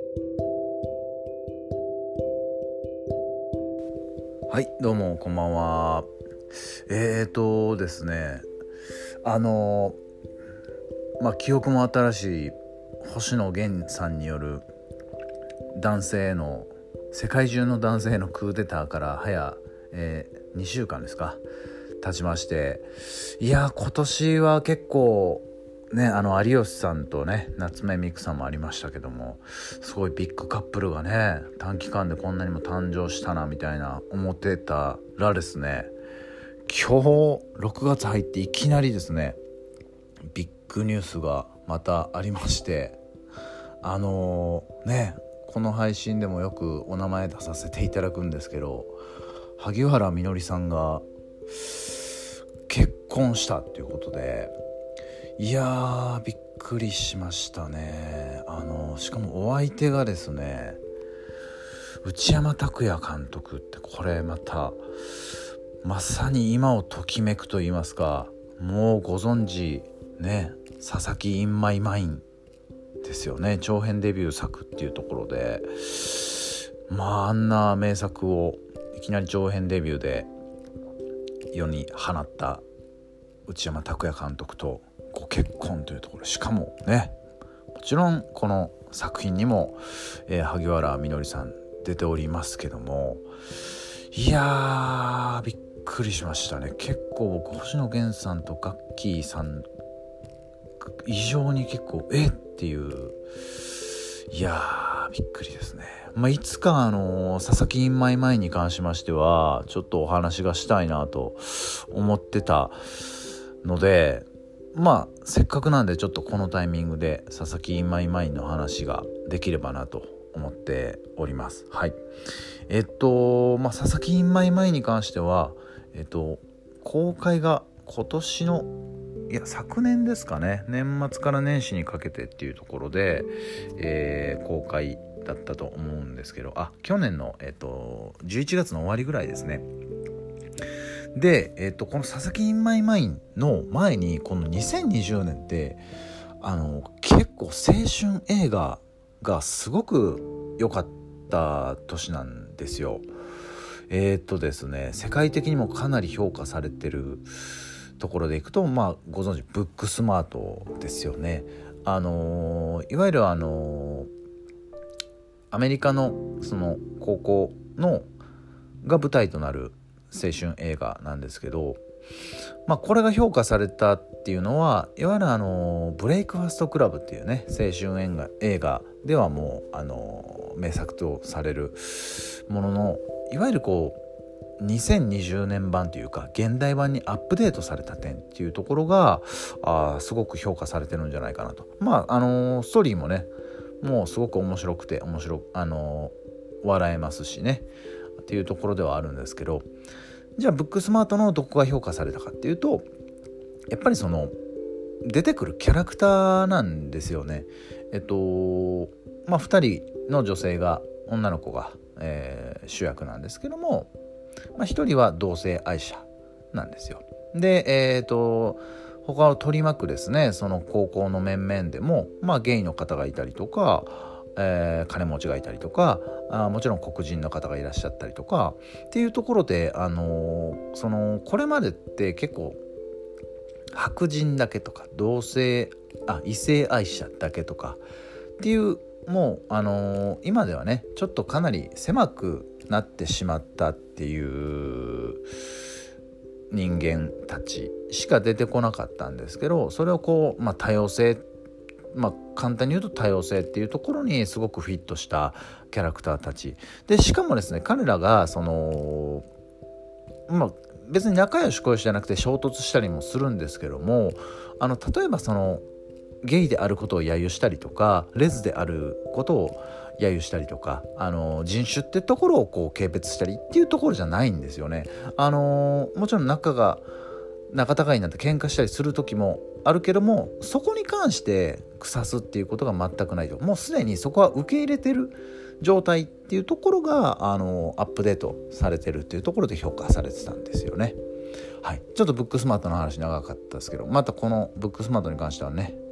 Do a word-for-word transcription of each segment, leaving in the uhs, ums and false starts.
はい、どうもこんばんは。えーとですねあのまあ記憶も新しい星野源さんによる男性の世界中の男性のクーデターから早、えー、にしゅうかんですか経ちまして、いや今年は結構ね、あの有吉さんとね夏目みくさんもありましたけども、すごいビッグカップルがね短期間でこんなにも誕生したなみたいな思ってたらですね、今日ろくがつ入っていきなりですねビッグニュースがまたありまして、あのー、ねこの配信でもよくお名前出させていただくんですけど、萩原みのりさんが結婚したっていうことで、いやーびっくりしましたね。あのしかもお相手がですね内山拓也監督って、これまたまさに今をときめくと言いますか、もうご存知ね佐々木 in my mind ですよね。長編デビュー作っていうところで、まああんな名作をいきなり長編デビューで世に放った内山拓也監督とご結婚というところ、しかもねもちろんこの作品にも、えー、萩原みのりさん出ておりますけども、いやーびっくりしましたね。結構僕星野源さんとガッキーさん異常に結構えっていう、いやーびっくりですね。まあ、いつかあの佐々木 in my mind に関しましてはちょっとお話がしたいなと思ってたので、まあせっかくなんでちょっとこのタイミングで佐々木 in my mind の話ができればなと思っております。はい。えっとまあ佐々木 in my mind に関してはえっと公開が今年のいや昨年ですかね、年末から年始にかけてっていうところで、えー、公開だったと思うんですけど、あ去年のえっとじゅういちがつの終わりぐらいですね。で、えっと、この佐々木 in my mind の前にこのにせんにじゅうねんってあの結構青春映画がすごく良かった年なんですよ。えっとですね世界的にもかなり評価されてるところでいくと、まあご存知ブックスマートですよね。あのいわゆるあのアメリカのその高校のが舞台となる青春映画なんですけど、まあこれが評価されたっていうのは、いわゆるあのブレイクファストクラブっていうね青春映画映画ではもうあの名作とされるものの、いわゆるこうにせんにじゅうねん版というか現代版にアップデートされた点っていうところがあすごく評価されてるんじゃないかなと。まああのストーリーもねもうすごく面白くて面白あの笑えますしねっていうところではあるんですけど、じゃあブックスマートのどこが評価されたかっていうと、やっぱりその出てくるキャラクターなんですよね。えっとまあふたりの女性が女の子が、えー、主役なんですけども、まあ、ひとりは同性愛者なんですよ。でえっと他を取り巻くですねその高校の面々でも、まあ、ゲイの方がいたりとか、えー、金持ちがいたりとか、あもちろん黒人の方がいらっしゃったりとかっていうところで、あのー、そのこれまでって結構白人だけとか同性あ異性愛者だけとかっていうもう、あのー、今ではねちょっとかなり狭くなってしまったっていう人間たちしか出てこなかったんですけど、それをこう、まあ、多様性、まあ、簡単に言うと多様性っていうところにすごくフィットしたキャラクターたちで、しかもですね彼らがそのまあ別に仲良し恋しじゃなくて衝突したりもするんですけども、あの例えばそのゲイであることを揶揄したりとかレズであることを揶揄したりとか、あの人種ってところをこう軽蔑したりっていうところじゃないんですよね。あのもちろん仲が仲違いになって喧嘩したりする時もあるけども、そこに関して腐すっていうことが全くないと、もうすでにそこは受け入れてる状態っていうところがあのアップデートされてるっていうところで評価されてたんですよね。はい、ちょっとブックスマートの話長かったですけど、またこのブックスマートに関してはね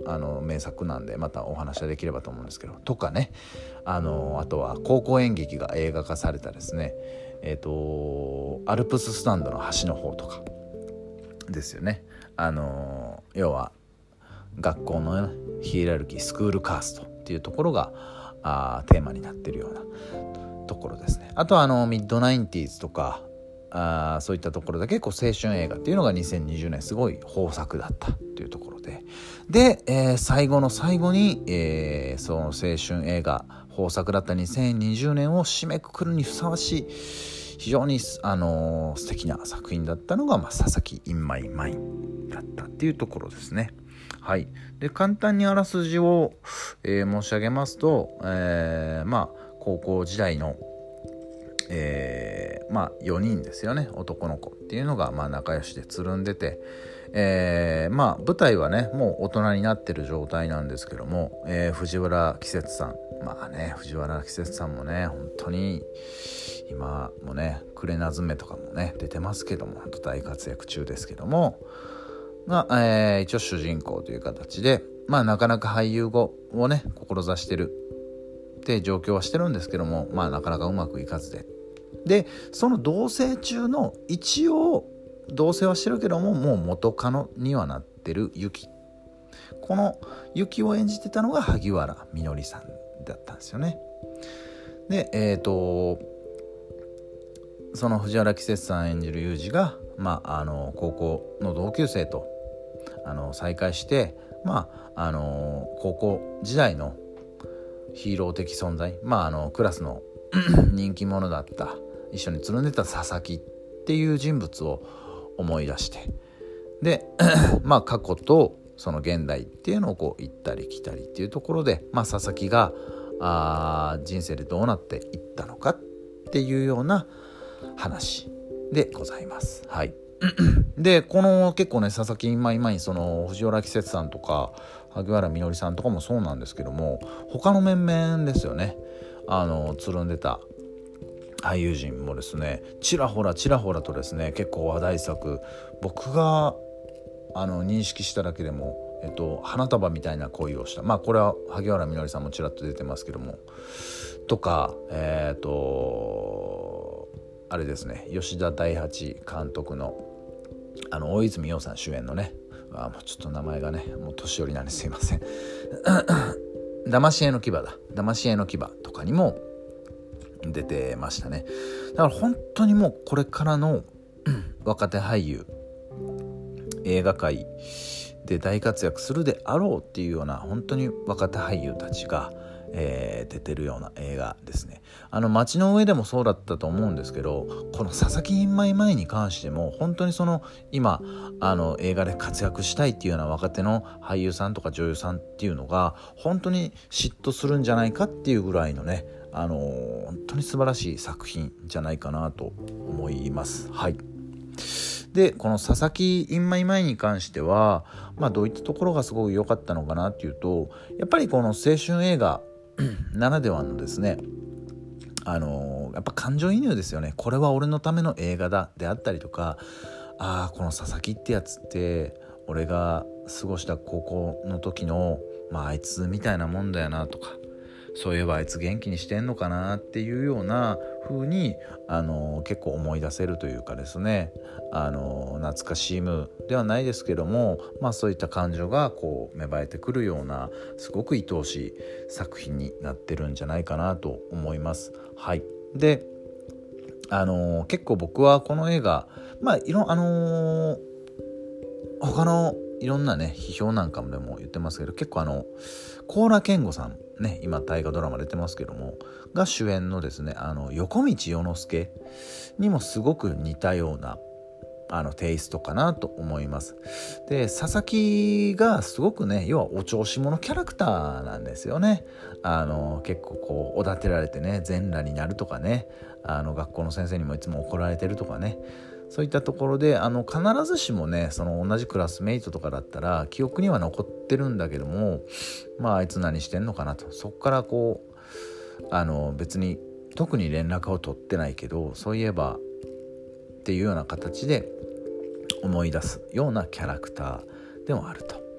あの名作なんでまたお話はできればと思うんですけど、とかね、あのあとは高校演劇が映画化されたですね、えーとアルプススタンドの端の方とかですよね。あの要は学校の、ね、ヒエラルキー、スクールカーストっていうところがあーテーマになってるようなところですね。あとはあのミッドナインティーズとかあそういったところで結構青春映画っていうのがにせんにじゅうねんすごい豊作だったというところで、で、えー、最後の最後に、えー、その青春映画豊作だったにせんにじゅうねんを締めくくるにふさわしい非常に、あのー、素敵な作品だったのが、まあ、佐々木 in my mind だったっていうところですね。はい、で簡単にあらすじを、えー、申し上げますと、えー、まあ高校時代のえー、まあよにんですよね、男の子っていうのがまあ仲良しでつるんでて、えー、まあ舞台はねもう大人になってる状態なんですけども、えー、藤原季節さん、まあね藤原季節さんもね本当に今もねクレナズメとかもね出てますけども本当大活躍中ですけどもが、えー、一応主人公という形で、まあなかなか俳優語をね志してるって状況はしてるんですけども、まあなかなかうまくいかずで、でその同棲中の一応同棲はしてるけどももう元カノにはなってるユキ、このユキを演じてたのが萩原みのりさんだったんですよね。でえっ、ー、とその藤原季節さん演じるユージが、まあ、あの高校の同級生とあの再会して、まあ、あの高校時代のヒーロー的存在、まあ、あのクラスの人気者だった一緒につるんでた佐々木っていう人物を思い出して、でまあ過去とその現代っていうのをこう行ったり来たりっていうところで、まあ、佐々木があ人生でどうなっていったのかっていうような話でございます。はい。でこの結構ね佐々木今今にその藤原季節さんとか萩原みのりさんとかもそうなんですけども、他の面々ですよね、あのつるんでた俳優陣もですねちらほらちらほらとですね結構話題作、僕があの認識しただけでも、えっと、花束みたいな恋をした、まあこれは萩原みのりさんもちらっと出てますけどもとか、えっとあれですね吉田大八監督のあの大泉洋さん主演のね、あもうちょっと名前がねもう年寄りなんですいません騙し絵の牙だ騙し絵の牙とかにも出てましたね。だから本当にもうこれからの若手俳優映画界で大活躍するであろうっていうような本当に若手俳優たちが、えー、出てるような映画ですね。あの街の上でもそうだったと思うんですけど、この佐々木in my mindに関しても本当にその今あの映画で活躍したいっていうような若手の俳優さんとか女優さんっていうのが本当に嫉妬するんじゃないかっていうぐらいのね、あのー、本当に素晴らしい作品じゃないかなと思います。はい。でこの佐々木 in my mind に関しては、まあ、どういったところがすごい良かったのかなっていうと、やっぱりこの青春映画ならではのですね、あのー、やっぱ感情移入ですよね。これは俺のための映画だであったりとか、ああこの佐々木ってやつって俺が過ごした高校の時の、まあ、あいつみたいなもんだよなとか、そういえばあいつ元気にしてんのかなっていうような風にあの結構思い出せるというかですね、あの懐かしむではないですけども、まあそういった感情がこう芽生えてくるようなすごく愛おしい作品になってるんじゃないかなと思います。はい。であの結構僕はこの映画まあいろあの他のいろんなね批評なんかもでも言ってますけど、結構あの高良健吾さんね、今大河ドラマ出てますけどもが主演のですね、あの横道世之助にもすごく似たようなあのテイストかなと思います。で佐々木がすごくね要はお調子者キャラクターなんですよね。あの結構こうおだてられてね全裸になるとかね、あの学校の先生にもいつも怒られてるとかね、そういったところであの必ずしもねその同じクラスメイトとかだったら記憶には残ってるんだけども、まああいつ何してんのかなと、そっからこうあの別に特に連絡を取ってないけどそういえばっていうような形で思い出すようなキャラクターでもあると。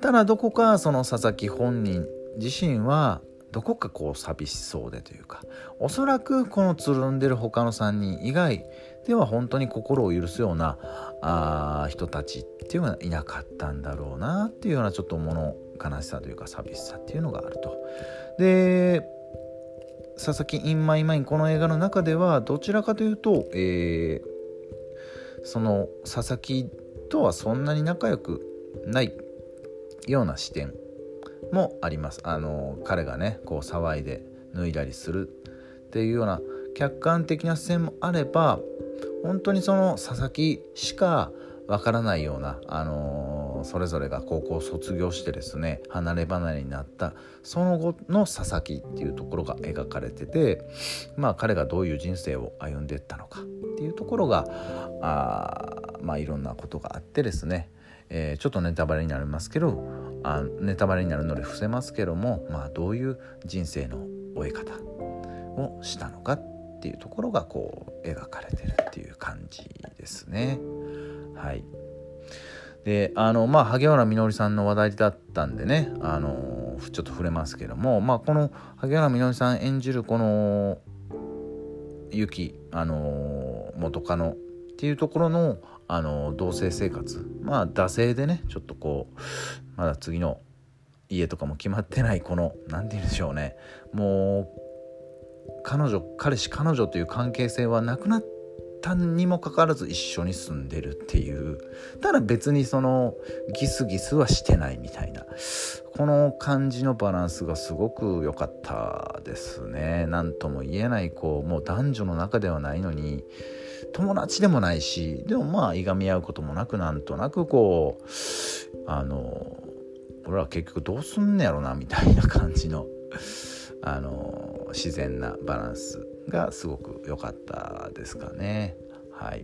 ただどこかその佐々木本人自身はどこかこう寂しそうでというか、おそらくこのつるんでる他のさんにん以外では本当に心を許すようなあ人たちっていうのはいなかったんだろうなっていうようなちょっと物悲しさというか寂しさっていうのがあると。で佐々木インマイマインこの映画の中ではどちらかというと、えー、その佐々木とはそんなに仲良くないような視点もあります。あの彼がねこう騒いで脱いだりするっていうような客観的な視線もあれば、本当にその佐々木しかわからないような、あのー、それぞれが高校を卒業してですね離れ離れになったその後の佐々木っていうところが描かれてて、まあ彼がどういう人生を歩んでいったのかっていうところがあまあいろんなことがあってですね、えー、ちょっとネタバレになりますけどあネタバレになるので伏せますけども、まあどういう人生の終え方をしたのかっていうところがこう描かれてるっていう感じですね。はい。であのまあ萩原みのりさんの話題だったんでね、あのちょっと触れますけども、まあこの萩原みのりさん演じるこのゆき、あの元カノっていうところのあの同棲生活、まあ惰性でねちょっとこうまだ次の家とかも決まってないこのなんて言うんでしょうね、もう彼女彼氏彼女という関係性はなくなったにもかかわらず一緒に住んでるっていう、ただ別にそのギスギスはしてないみたいな、この感じのバランスがすごく良かったですね。なんとも言えないこうもう男女の中ではないのに友達でもないし、でもまあいがみ合うこともなく、なんとなくこうあの俺ら結局どうすんねやろなみたいな感じのあの自然なバランスがすごく良かったですかね。はい。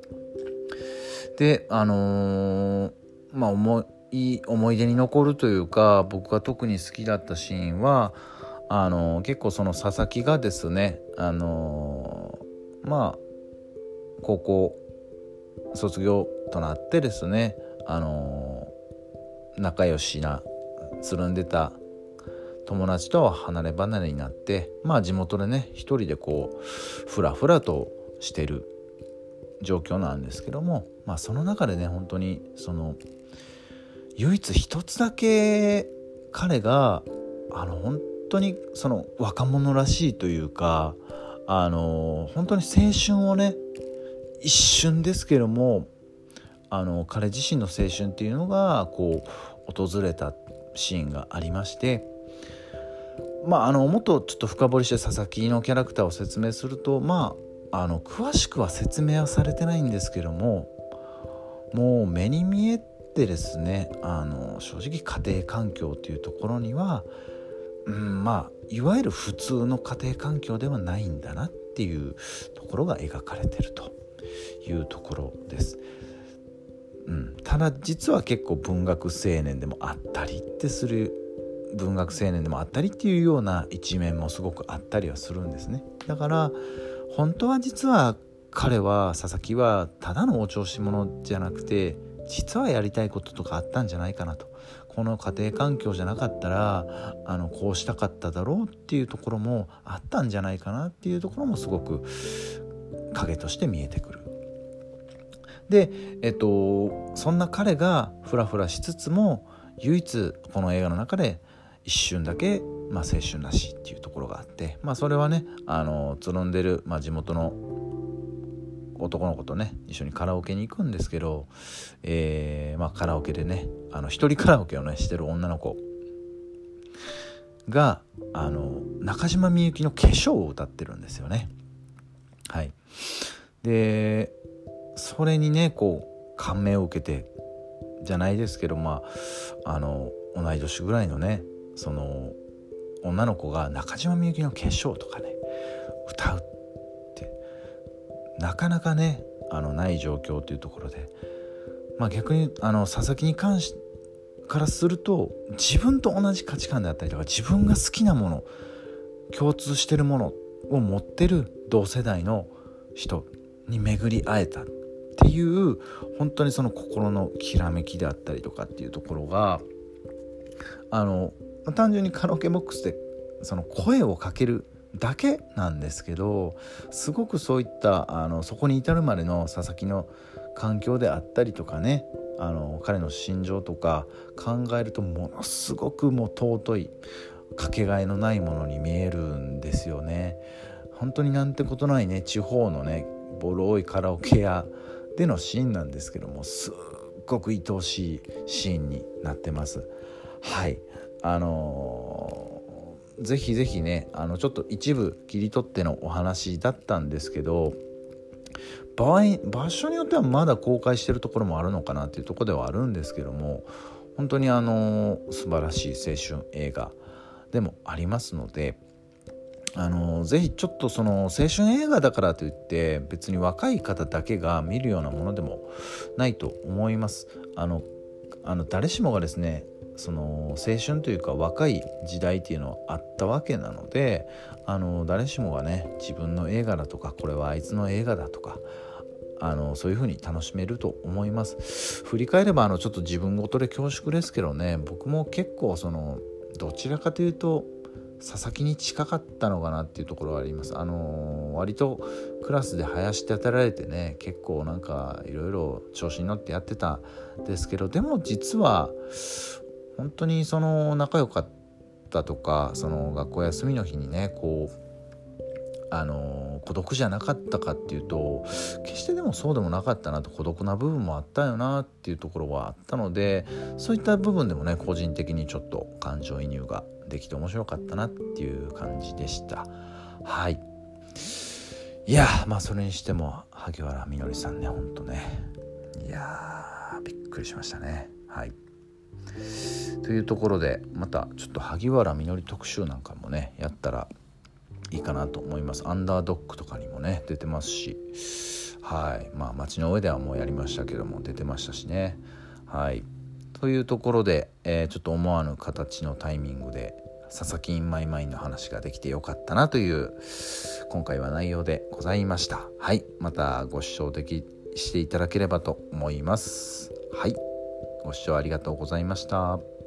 であのー、まあ思い思い出に残るというか僕が特に好きだったシーンはあのー、結構その佐々木がですねあのー、まあ高校卒業となってですねあの仲良しなつるんでた友達とは離れ離れになって、まあ地元でね一人でこうふらふらとしてる状況なんですけども、まあその中でね本当にその唯一一つだけ彼があの本当にその若者らしいというか、あの本当に青春をね一瞬ですけどもあの彼自身の青春っていうのがこう訪れたシーンがありまして、まあ、あのもっとちょっと深掘りして佐々木のキャラクターを説明すると、まあ、あの詳しくは説明はされてないんですけども、もう目に見えてですねあの正直家庭環境というところには、うん、まあいわゆる普通の家庭環境ではないんだなっていうところが描かれてるというところです。うん、ただ実は結構文学青年でもあったりってする文学青年でもあったりっていうような一面もすごくあったりはするんですね。だから本当は実は彼は佐々木はただのお調子者じゃなくて実はやりたいこととかあったんじゃないかなと、この家庭環境じゃなかったらあのこうしたかっただろうっていうところもあったんじゃないかなっていうところもすごく影として見えてくる。で、えっと、そんな彼がフラフラしつつも唯一この映画の中で一瞬だけ、まあ、青春らしいっていうところがあって、まあ、それはねあのつるんでる、まあ、地元の男の子とね一緒にカラオケに行くんですけど、えーまあ、カラオケでねあの一人カラオケをねしてる女の子があの中島みゆきの化粧を歌ってるんですよね。はい。でそれにねこう感銘を受けてじゃないですけど、まああの同い年ぐらいのねその女の子が中島みゆきの化粧とかね歌うってなかなかねあのない状況というところで、まあ逆にあの佐々木に関しからすると自分と同じ価値観であったりとか自分が好きなもの共通してるものを持ってる同世代の人に巡り会えたっていう本当にその心のきらめきであったりとかっていうところがあの単純にカラオケボックスでその声をかけるだけなんですけど、すごくそういったあのそこに至るまでの佐々木の環境であったりとかね、あの彼の心情とか考えるとものすごくもう尊い、かけがえのないものに見えるんですよね。本当になんてことないね、地方のねボロいカラオケ屋でのシーンなんですけども、すっごく愛おしいシーンになってます。はい、あのーぜひぜひね、あのちょっと一部切り取ってのお話だったんですけど、場合場所によってはまだ公開してるところもあるのかなっていうところではあるんですけども、本当にあのー素晴らしい青春映画でもありますので、あのぜひちょっとその青春映画だからといって別に若い方だけが見るようなものでもないと思います。あのあの誰しもがですね、その青春というか若い時代っていうのはあったわけなので、あの誰しもがね自分の映画だとか、これはあいつの映画だとか、あのそういう風に楽しめると思います。振り返ればあのちょっと自分ごとで恐縮ですけどね、僕も結構そのどちらかというと佐々木に近かったのかなっていうところはあります。あのー、割とクラスで林立てられてね、結構なんかいろいろ調子に乗ってやってたんですけど、でも実は本当にその仲良かったとか、その学校休みの日にねこうあのー、孤独じゃなかったかっていうと決してでもそうでもなかったなと、孤独な部分もあったよなっていうところはあったので、そういった部分でもね個人的にちょっと感情移入ができて面白かったなっていう感じでした。はい、いやまあそれにしても萩原みのりさんね、ほんとね、いやびっくりしましたね。はい、というところでまたちょっと萩原みのり特集なんかもねやったらいいかなと思います。アンダードックとかにもね出てますし、はい、まあ街の上ではもうやりましたけども出てましたしね。はい、というところで、えー、ちょっと思わぬ形のタイミングで佐々木インマイマインの話ができてよかったなという今回は内容でございました。はい、またご視聴できしていただければと思います。はい、ご視聴ありがとうございました。